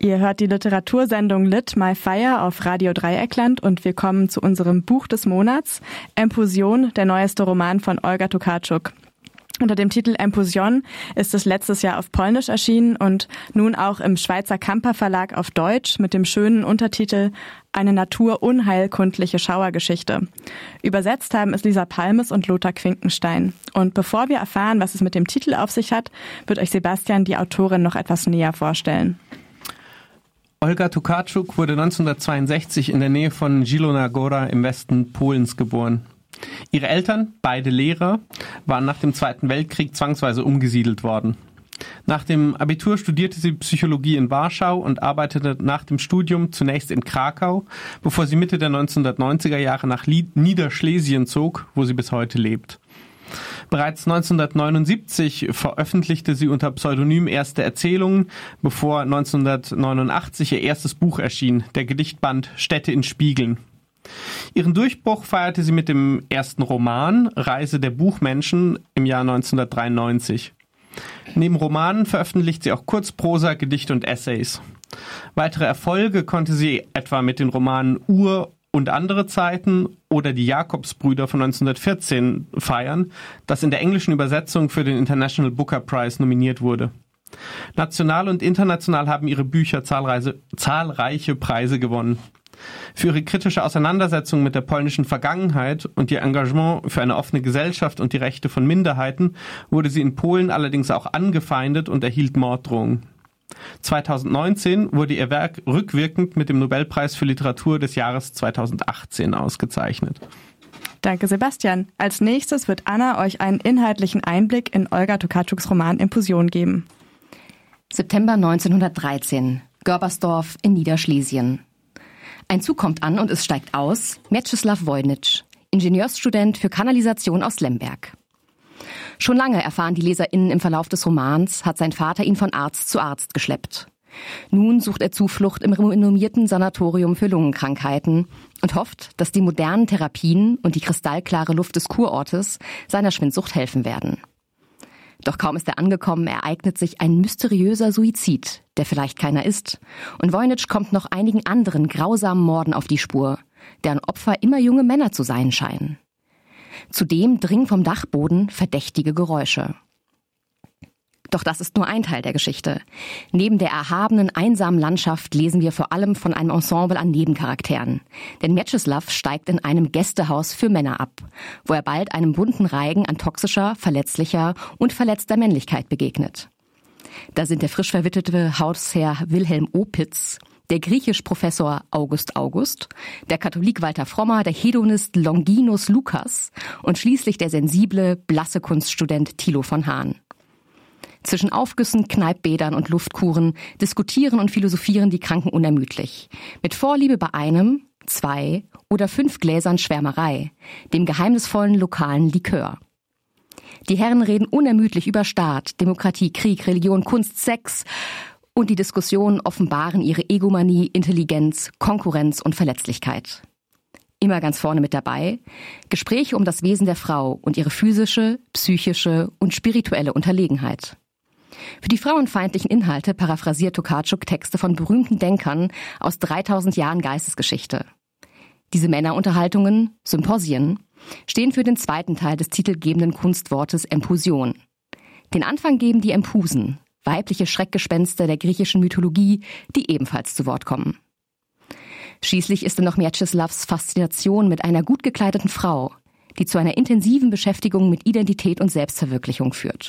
Ihr hört die Literatursendung Lit My Fire auf Radio Dreieckland und wir kommen zu unserem Buch des Monats, Empusion, der neueste Roman von Olga Tokarczuk. Unter dem Titel Empusion ist es letztes Jahr auf Polnisch erschienen und nun auch im Schweizer Kamper Verlag auf Deutsch mit dem schönen Untertitel Eine naturunheilkundliche Schauergeschichte. Übersetzt haben es Lisa Palmes und Lothar Quinkenstein. Und bevor wir erfahren, was es mit dem Titel auf sich hat, wird euch Sebastian die Autorin noch etwas näher vorstellen. Olga Tokarczuk wurde 1962 in der Nähe von Zielona Góra im Westen Polens geboren. Ihre Eltern, beide Lehrer, waren nach dem Zweiten Weltkrieg zwangsweise umgesiedelt worden. Nach dem Abitur studierte sie Psychologie in Warschau und arbeitete nach dem Studium zunächst in Krakau, bevor sie Mitte der 1990er Jahre nach Niederschlesien zog, wo sie bis heute lebt. Bereits 1979 veröffentlichte sie unter Pseudonym erste Erzählungen, bevor 1989 ihr erstes Buch erschien, der Gedichtband Städte in Spiegeln. Ihren Durchbruch feierte sie mit dem ersten Roman Reise der Buchmenschen im Jahr 1993. Neben Romanen veröffentlicht sie auch Kurzprosa, Gedichte und Essays. Weitere Erfolge konnte sie etwa mit den Romanen Ur und andere Zeiten oder die Jakobsbrüder von 1914 feiern, das in der englischen Übersetzung für den International Booker Prize nominiert wurde. National und international haben ihre Bücher zahlreiche Preise gewonnen. Für ihre kritische Auseinandersetzung mit der polnischen Vergangenheit und ihr Engagement für eine offene Gesellschaft und die Rechte von Minderheiten wurde sie in Polen allerdings auch angefeindet und erhielt Morddrohungen. 2019 wurde ihr Werk rückwirkend mit dem Nobelpreis für Literatur des Jahres 2018 ausgezeichnet. Danke, Sebastian. Als nächstes wird Anna euch einen inhaltlichen Einblick in Olga Tokarczuks Roman Empusion geben. September 1913, Görbersdorf in Niederschlesien. Ein Zug kommt an und es steigt aus Mieczysław Wojnitsch, Ingenieursstudent für Kanalisation aus Lemberg. Schon lange, erfahren die LeserInnen im Verlauf des Romans, hat sein Vater ihn von Arzt zu Arzt geschleppt. Nun sucht er Zuflucht im renommierten Sanatorium für Lungenkrankheiten und hofft, dass die modernen Therapien und die kristallklare Luft des Kurortes seiner Schwindsucht helfen werden. Doch kaum ist er angekommen, ereignet sich ein mysteriöser Suizid, der vielleicht keiner ist. Und Wojnitsch kommt noch einigen anderen grausamen Morden auf die Spur, deren Opfer immer junge Männer zu sein scheinen. Zudem dringen vom Dachboden verdächtige Geräusche. Doch das ist nur ein Teil der Geschichte. Neben der erhabenen, einsamen Landschaft lesen wir vor allem von einem Ensemble an Nebencharakteren. Denn Mieczysław steigt in einem Gästehaus für Männer ab, wo er bald einem bunten Reigen an toxischer, verletzlicher und verletzter Männlichkeit begegnet. Da sind der frisch verwitwete Hausherr Wilhelm Opitz, der Griechisch-Professor August, der Katholik Walter Frommer, der Hedonist Longinus Lukas und schließlich der sensible, blasse Kunststudent Thilo von Hahn. Zwischen Aufgüssen, Kneippbädern und Luftkuren diskutieren und philosophieren die Kranken unermüdlich. Mit Vorliebe bei einem, 2 oder 5 Gläsern Schwärmerei, dem geheimnisvollen lokalen Likör. Die Herren reden unermüdlich über Staat, Demokratie, Krieg, Religion, Kunst, Sex und die Diskussionen offenbaren ihre Egomanie, Intelligenz, Konkurrenz und Verletzlichkeit. Immer ganz vorne mit dabei Gespräche um das Wesen der Frau und ihre physische, psychische und spirituelle Unterlegenheit. Für die frauenfeindlichen Inhalte paraphrasiert Tokarczuk Texte von berühmten Denkern aus 3000 Jahren Geistesgeschichte. Diese Männerunterhaltungen, Symposien, stehen für den zweiten Teil des titelgebenden Kunstwortes Empusion. Den Anfang geben die Empusen, weibliche Schreckgespenster der griechischen Mythologie, die ebenfalls zu Wort kommen. Schließlich ist noch Mieczysławs Faszination mit einer gut gekleideten Frau, die zu einer intensiven Beschäftigung mit Identität und Selbstverwirklichung führt.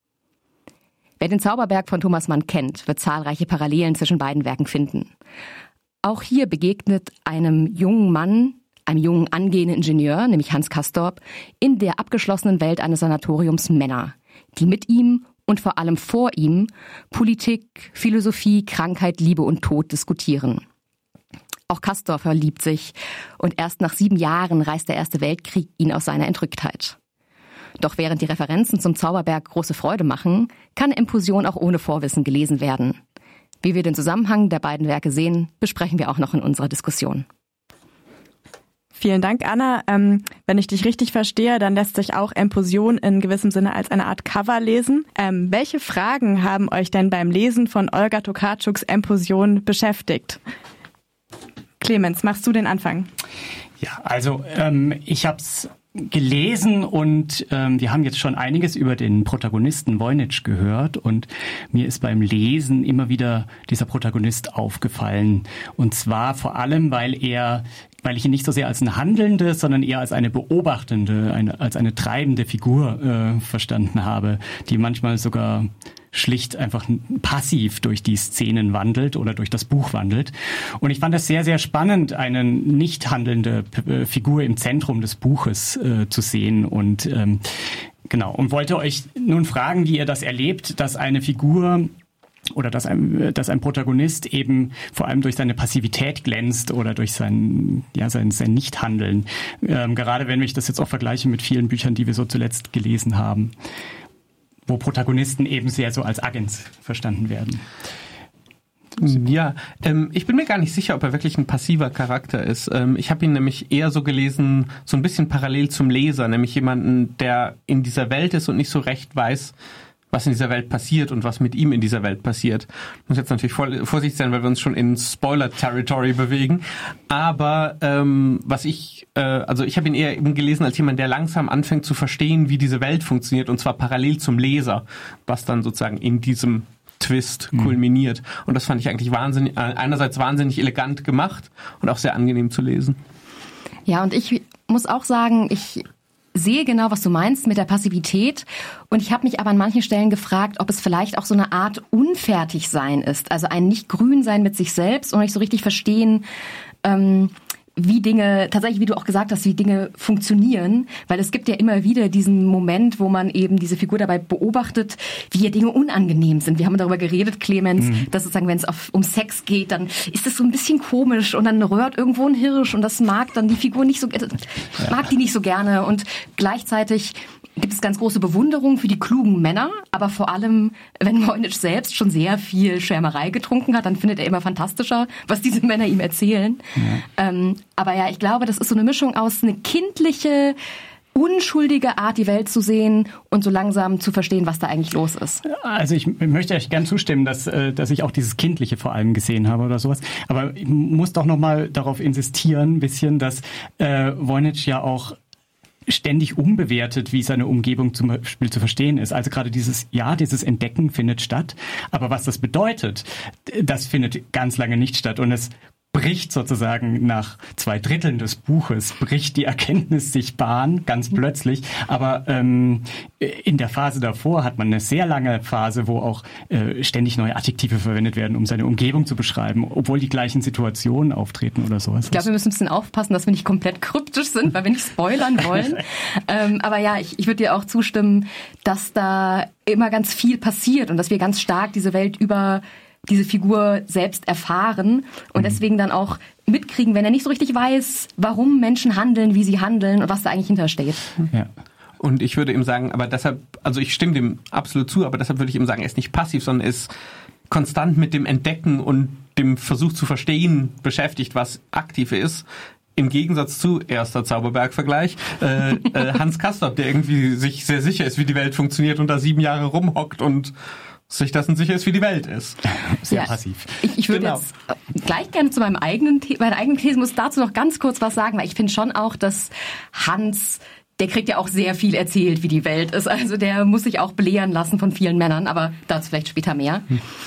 Wer den Zauberberg von Thomas Mann kennt, wird zahlreiche Parallelen zwischen beiden Werken finden. Auch hier begegnet einem jungen Mann, einem jungen angehenden Ingenieur, nämlich Hans Castorp, in der abgeschlossenen Welt eines Sanatoriums Männer, die mit ihm und vor allem vor ihm Politik, Philosophie, Krankheit, Liebe und Tod diskutieren. Auch Castorp verliebt sich und erst nach 7 Jahren reißt der Erste Weltkrieg ihn aus seiner Entrücktheit. Doch während die Referenzen zum Zauberberg große Freude machen, kann Empusion auch ohne Vorwissen gelesen werden. Wie wir den Zusammenhang der beiden Werke sehen, besprechen wir auch noch in unserer Diskussion. Vielen Dank, Anna. Wenn ich dich richtig verstehe, dann lässt sich auch Emposion in gewissem Sinne als eine Art Cover lesen. Welche Fragen haben euch denn beim Lesen von Olga Tokarczuks Emposion beschäftigt? Clemens, machst du den Anfang? Ja, also ich habe es gelesen und wir haben jetzt schon einiges über den Protagonisten Voynich gehört und mir ist beim Lesen immer wieder dieser Protagonist aufgefallen. Und zwar vor allem, weil ich ihn nicht so sehr als eine handelnde, sondern eher als eine beobachtende, als eine treibende Figur verstanden habe, die manchmal sogar schlicht einfach passiv durch die Szenen wandelt oder durch das Buch wandelt. Und ich fand es sehr, sehr spannend, eine nicht handelnde Figur im Zentrum des Buches zu sehen. Und genau, und wollte euch nun fragen, wie ihr das erlebt, dass eine Figur oder dass ein Protagonist eben vor allem durch seine Passivität glänzt oder durch sein Nichthandeln. Gerade wenn ich das jetzt auch vergleiche mit vielen Büchern, die wir so zuletzt gelesen haben, wo Protagonisten eben sehr so als Agents verstanden werden. Ja, ich bin mir gar nicht sicher, ob er wirklich ein passiver Charakter ist. Ich habe ihn nämlich eher so gelesen, so ein bisschen parallel zum Leser, nämlich jemanden, der in dieser Welt ist und nicht so recht weiß, was in dieser Welt passiert und was mit ihm in dieser Welt passiert. Ich muss jetzt natürlich vorsichtig sein, weil wir uns schon in Spoiler-Territory bewegen. Aber ich habe ihn eher eben gelesen als jemand, der langsam anfängt zu verstehen, wie diese Welt funktioniert, und zwar parallel zum Leser, was dann sozusagen in diesem Twist kulminiert. Und das fand ich eigentlich einerseits wahnsinnig elegant gemacht und auch sehr angenehm zu lesen. Ja, und ich muss auch sagen, ich sehe genau, was du meinst mit der Passivität. Und ich habe mich aber an manchen Stellen gefragt, ob es vielleicht auch so eine Art Unfertigsein ist. Also ein Nicht-Grün-Sein mit sich selbst und nicht so richtig verstehen, wie Dinge, tatsächlich, wie du auch gesagt hast, wie Dinge funktionieren. Weil es gibt ja immer wieder diesen Moment, wo man eben diese Figur dabei beobachtet, wie ihr Dinge unangenehm sind. Wir haben darüber geredet, Clemens, dass sozusagen, wenn es um Sex geht, dann ist es so ein bisschen komisch und dann röhrt irgendwo ein Hirsch und das mag dann die Figur nicht so, mag die nicht so gerne. Und gleichzeitig gibt es ganz große Bewunderung für die klugen Männer, aber vor allem, wenn Voynich selbst schon sehr viel Schwärmerei getrunken hat, dann findet er immer fantastischer, was diese Männer ihm erzählen. Ja. Aber ja, ich glaube, das ist so eine Mischung aus eine kindliche, unschuldige Art, die Welt zu sehen und so langsam zu verstehen, was da eigentlich los ist. Also ich möchte euch gern zustimmen, dass ich auch dieses Kindliche vor allem gesehen habe oder sowas. Aber ich muss doch nochmal darauf insistieren, ein bisschen, dass Voynich ja auch ständig umbewertet, wie seine Umgebung zum Beispiel zu verstehen ist. Also gerade dieses Entdecken findet statt. Aber was das bedeutet, das findet ganz lange nicht statt. Und es bricht sozusagen nach 2/3 des Buches, bricht die Erkenntnis sich Bahn, ganz plötzlich. Aber in der Phase davor hat man eine sehr lange Phase, wo auch ständig neue Adjektive verwendet werden, um seine Umgebung zu beschreiben, obwohl die gleichen Situationen auftreten oder sowas. Ich glaube, wir müssen ein bisschen aufpassen, dass wir nicht komplett kryptisch sind, weil wir nicht spoilern wollen. Aber ja, ich würde dir auch zustimmen, dass da immer ganz viel passiert und dass wir ganz stark diese Welt über diese Figur selbst erfahren und deswegen dann auch mitkriegen, wenn er nicht so richtig weiß, warum Menschen handeln, wie sie handeln und was da eigentlich hintersteht. Ja. Und ich würde ihm sagen, aber deshalb, also ich stimme dem absolut zu, aber deshalb würde ich ihm sagen, er ist nicht passiv, sondern ist konstant mit dem Entdecken und dem Versuch zu verstehen beschäftigt, was aktiv ist. Im Gegensatz zu, erster Zauberberg-Vergleich, Hans Castorp, der irgendwie sich sehr sicher ist, wie die Welt funktioniert und da 7 Jahre rumhockt und sich dessen sicher ist, wie die Welt ist. Sehr passiv. Ich würde jetzt gleich gerne zu meiner eigenen These, muss dazu noch ganz kurz was sagen, weil ich finde schon auch, dass Hans, der kriegt ja auch sehr viel erzählt, wie die Welt ist. Also der muss sich auch belehren lassen von vielen Männern, aber dazu vielleicht später mehr.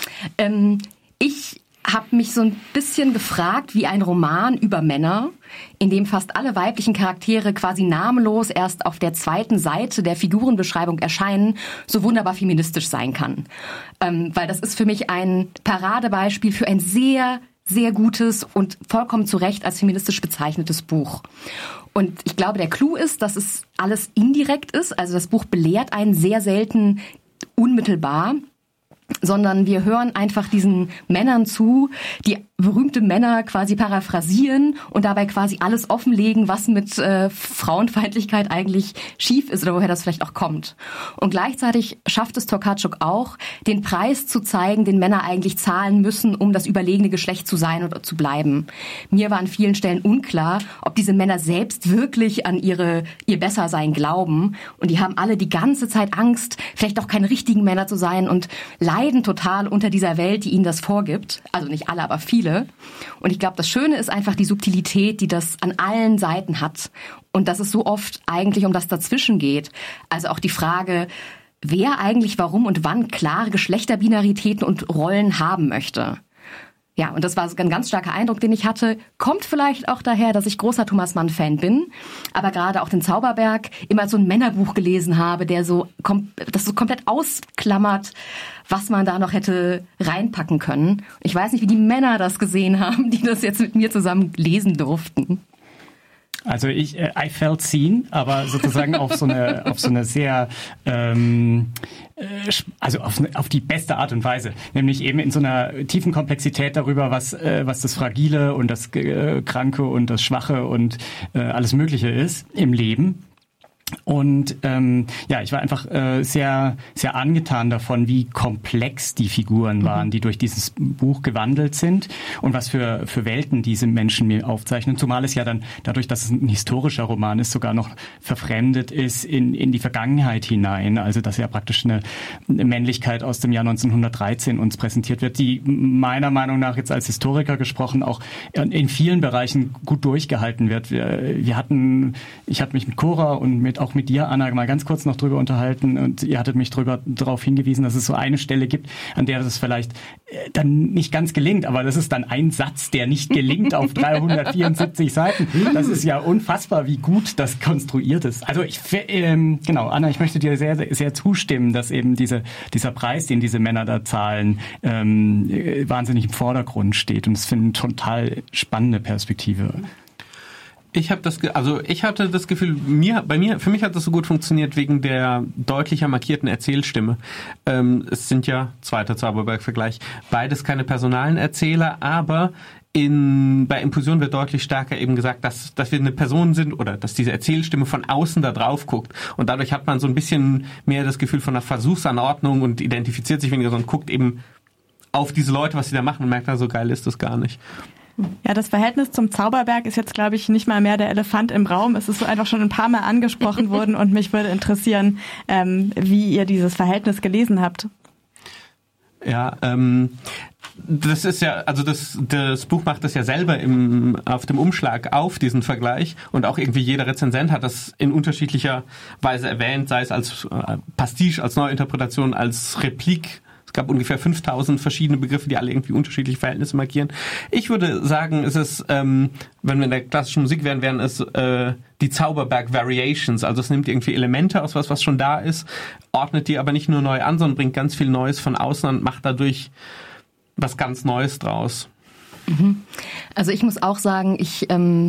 Ich habe mich so ein bisschen gefragt, wie ein Roman über Männer, in dem fast alle weiblichen Charaktere quasi namenlos erst auf der 2. Seite der Figurenbeschreibung erscheinen, so wunderbar feministisch sein kann. Weil das ist für mich ein Paradebeispiel für ein sehr, sehr gutes und vollkommen zu Recht als feministisch bezeichnetes Buch. Und ich glaube, der Clou ist, dass es alles indirekt ist. Also das Buch belehrt einen sehr selten unmittelbar. sondern wir hören einfach diesen Männern zu, die berühmte Männer quasi paraphrasieren und dabei quasi alles offenlegen, was mit Frauenfeindlichkeit eigentlich schief ist oder woher das vielleicht auch kommt. Und gleichzeitig schafft es Tokarczuk auch, den Preis zu zeigen, den Männer eigentlich zahlen müssen, um das überlegene Geschlecht zu sein oder zu bleiben. Mir war an vielen Stellen unklar, ob diese Männer selbst wirklich an ihr Bessersein glauben. Und die haben alle die ganze Zeit Angst, vielleicht auch keine richtigen Männer zu sein und leiden total unter dieser Welt, die ihnen das vorgibt. Also nicht alle, aber viele. Und ich glaube, das Schöne ist einfach die Subtilität, die das an allen Seiten hat. Und dass es so oft eigentlich um das Dazwischen geht. Also auch die Frage, wer eigentlich warum und wann klare Geschlechterbinaritäten und Rollen haben möchte. Ja, und das war ein ganz starker Eindruck, den ich hatte. Kommt vielleicht auch daher, dass ich großer Thomas Mann-Fan bin, aber gerade auch den Zauberberg immer so ein Männerbuch gelesen habe, das so komplett ausklammert, was man da noch hätte reinpacken können. Ich weiß nicht, wie die Männer das gesehen haben, die das jetzt mit mir zusammen lesen durften. Also I felt seen, aber sozusagen auf so eine sehr, also auf die beste Art und Weise, nämlich eben in so einer tiefen Komplexität darüber, was das Fragile und das Kranke und das Schwache und alles Mögliche ist im Leben. Und ich war einfach sehr, sehr angetan davon, wie komplex die Figuren waren, die durch dieses Buch gewandelt sind und was für Welten diese Menschen mir aufzeichnen. Zumal es ja dann, dadurch, dass es ein historischer Roman ist, sogar noch verfremdet ist in die Vergangenheit hinein. Also dass ja praktisch eine Männlichkeit aus dem Jahr 1913 uns präsentiert wird, die meiner Meinung nach jetzt als Historiker gesprochen auch in vielen Bereichen gut durchgehalten wird. Ich hatte mich mit Cora und auch mit dir, Anna, mal ganz kurz noch drüber unterhalten und ihr hattet mich darauf hingewiesen, dass es so eine Stelle gibt, an der das vielleicht dann nicht ganz gelingt, aber das ist dann ein Satz, der nicht gelingt auf 374 Seiten. Das ist ja unfassbar, wie gut das konstruiert ist. Also Anna, ich möchte dir sehr, sehr zustimmen, dass eben dieser Preis, den diese Männer da zahlen, wahnsinnig im Vordergrund steht und das finde ich eine total spannende Perspektive. Ich hatte das Gefühl, für mich hat das so gut funktioniert wegen der deutlicher markierten Erzählstimme. Es sind ja, zweiter Zauberberg-Vergleich, beides keine personalen Erzähler, aber bei Impulsion wird deutlich stärker eben gesagt, dass wir eine Person sind oder dass diese Erzählstimme von außen da drauf guckt. Und dadurch hat man so ein bisschen mehr das Gefühl von einer Versuchsanordnung und identifiziert sich weniger, sondern guckt eben auf diese Leute, was sie da machen und merkt, so geil ist das gar nicht. Ja, das Verhältnis zum Zauberberg ist jetzt, glaube ich, nicht mal mehr der Elefant im Raum. Es ist so einfach schon ein paar Mal angesprochen worden und mich würde interessieren, wie ihr dieses Verhältnis gelesen habt. Ja, das ist ja, also das Buch macht das ja selber auf dem Umschlag auf diesen Vergleich und auch irgendwie jeder Rezensent hat das in unterschiedlicher Weise erwähnt, sei es als Pastiche, als Neuinterpretation, als Replik. Es gab ungefähr 5000 verschiedene Begriffe, die alle irgendwie unterschiedliche Verhältnisse markieren. Ich würde sagen, es ist, wenn wir in der klassischen Musik wären es die Zauberberg Variations. Also es nimmt irgendwie Elemente aus was schon da ist, ordnet die aber nicht nur neu an, sondern bringt ganz viel Neues von außen und macht dadurch was ganz Neues draus. Also ich muss auch sagen, ich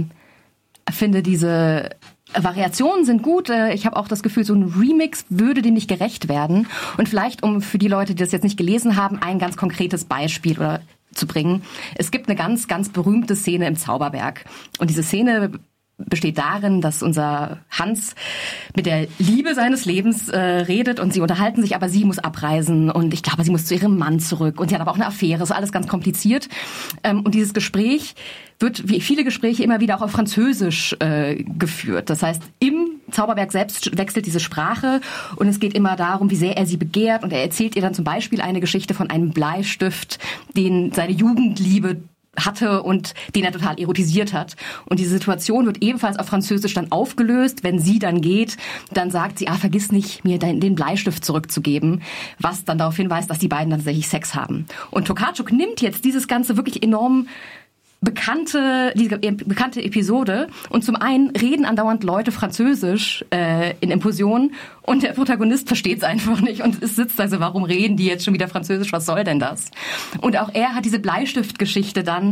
finde diese Variationen sind gut. Ich habe auch das Gefühl, so ein Remix würde dem nicht gerecht werden. Und vielleicht, um für die Leute, die das jetzt nicht gelesen haben, ein ganz konkretes Beispiel zu bringen. Es gibt eine ganz, ganz berühmte Szene im Zauberberg. Und diese Szene besteht darin, dass unser Hans mit der Liebe seines Lebens redet und sie unterhalten sich, aber sie muss abreisen und ich glaube, sie muss zu ihrem Mann zurück und sie hat aber auch eine Affäre, ist alles ganz kompliziert. Und dieses Gespräch wird, wie viele Gespräche, immer wieder auch auf Französisch geführt. Das heißt, im Zauberberg selbst wechselt diese Sprache und es geht immer darum, wie sehr er sie begehrt und er erzählt ihr dann zum Beispiel eine Geschichte von einem Bleistift, den seine Jugendliebe hatte und den er total erotisiert hat. Und diese Situation wird ebenfalls auf Französisch dann aufgelöst. Wenn sie dann geht, dann sagt sie, vergiss nicht, mir den Bleistift zurückzugeben, was dann darauf hinweist, dass die beiden dann tatsächlich Sex haben. Und Tokarczuk nimmt jetzt dieses ganze wirklich enorm bekannte Episode und zum einen reden andauernd Leute Französisch in Impulsion und der Protagonist versteht es einfach nicht und es sitzt also, warum reden die jetzt schon wieder Französisch, was soll denn das? Und auch er hat diese Bleistiftgeschichte dann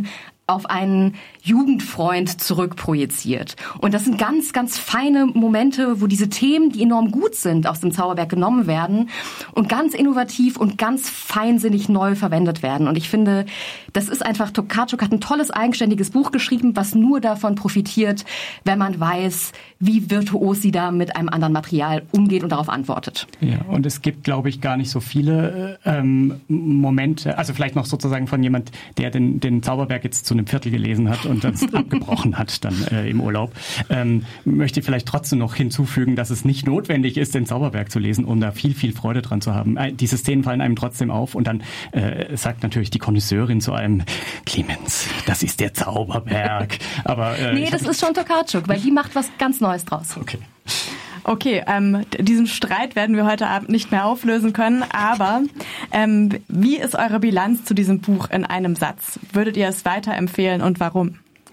auf einen Jugendfreund zurückprojiziert. Und das sind ganz, ganz feine Momente, wo diese Themen, die enorm gut sind, aus dem Zauberberg genommen werden und ganz innovativ und ganz feinsinnig neu verwendet werden. Und ich finde, das ist einfach, Tokarczuk hat ein tolles, eigenständiges Buch geschrieben, was nur davon profitiert, wenn man weiß, wie virtuos sie da mit einem anderen Material umgeht und darauf antwortet. Ja, und es gibt, glaube ich, gar nicht so viele Momente, also vielleicht noch sozusagen von jemand, der den Zauberberg jetzt zu einem Viertel gelesen hat und das abgebrochen hat dann im Urlaub, möchte ich vielleicht trotzdem noch hinzufügen, dass es nicht notwendig ist, den Zauberberg zu lesen, um da viel, viel Freude dran zu haben. Diese Szenen fallen einem trotzdem auf und dann sagt natürlich die Connoisseurin zu einem, Clemens, das ist der Zauberberg. Aber nee, das ist schon Tokarczuk, weil die macht was ganz Neues draus. Okay, diesen Streit werden wir heute Abend nicht mehr auflösen können, aber wie ist eure Bilanz zu diesem Buch in einem Satz? Würdet ihr es weiterempfehlen und warum?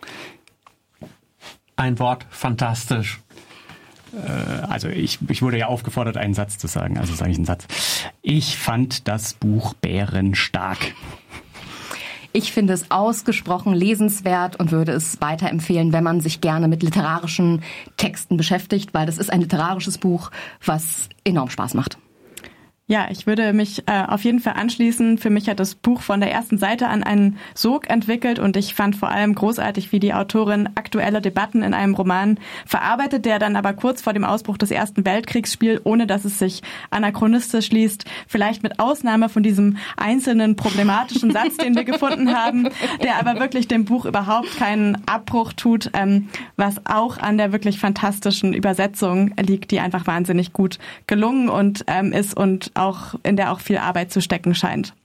Ein Wort, fantastisch. Also ich wurde ja aufgefordert, einen Satz zu sagen, also sage ich einen Satz. Ich fand das Buch bärenstark. Ich finde es ausgesprochen lesenswert und würde es weiterempfehlen, wenn man sich gerne mit literarischen Texten beschäftigt, weil das ist ein literarisches Buch, was enorm Spaß macht. Ja, ich würde mich auf jeden Fall anschließen. Für mich hat das Buch von der ersten Seite an einen Sog entwickelt und ich fand vor allem großartig, wie die Autorin aktuelle Debatten in einem Roman verarbeitet, der dann aber kurz vor dem Ausbruch des Ersten Weltkriegs spielt, ohne dass es sich anachronistisch liest. Vielleicht mit Ausnahme von diesem einzelnen problematischen Satz, den wir gefunden haben, der aber wirklich dem Buch überhaupt keinen Abbruch tut, was auch an der wirklich fantastischen Übersetzung liegt, die einfach wahnsinnig gut gelungen und ist und auch in der auch viel Arbeit zu stecken scheint.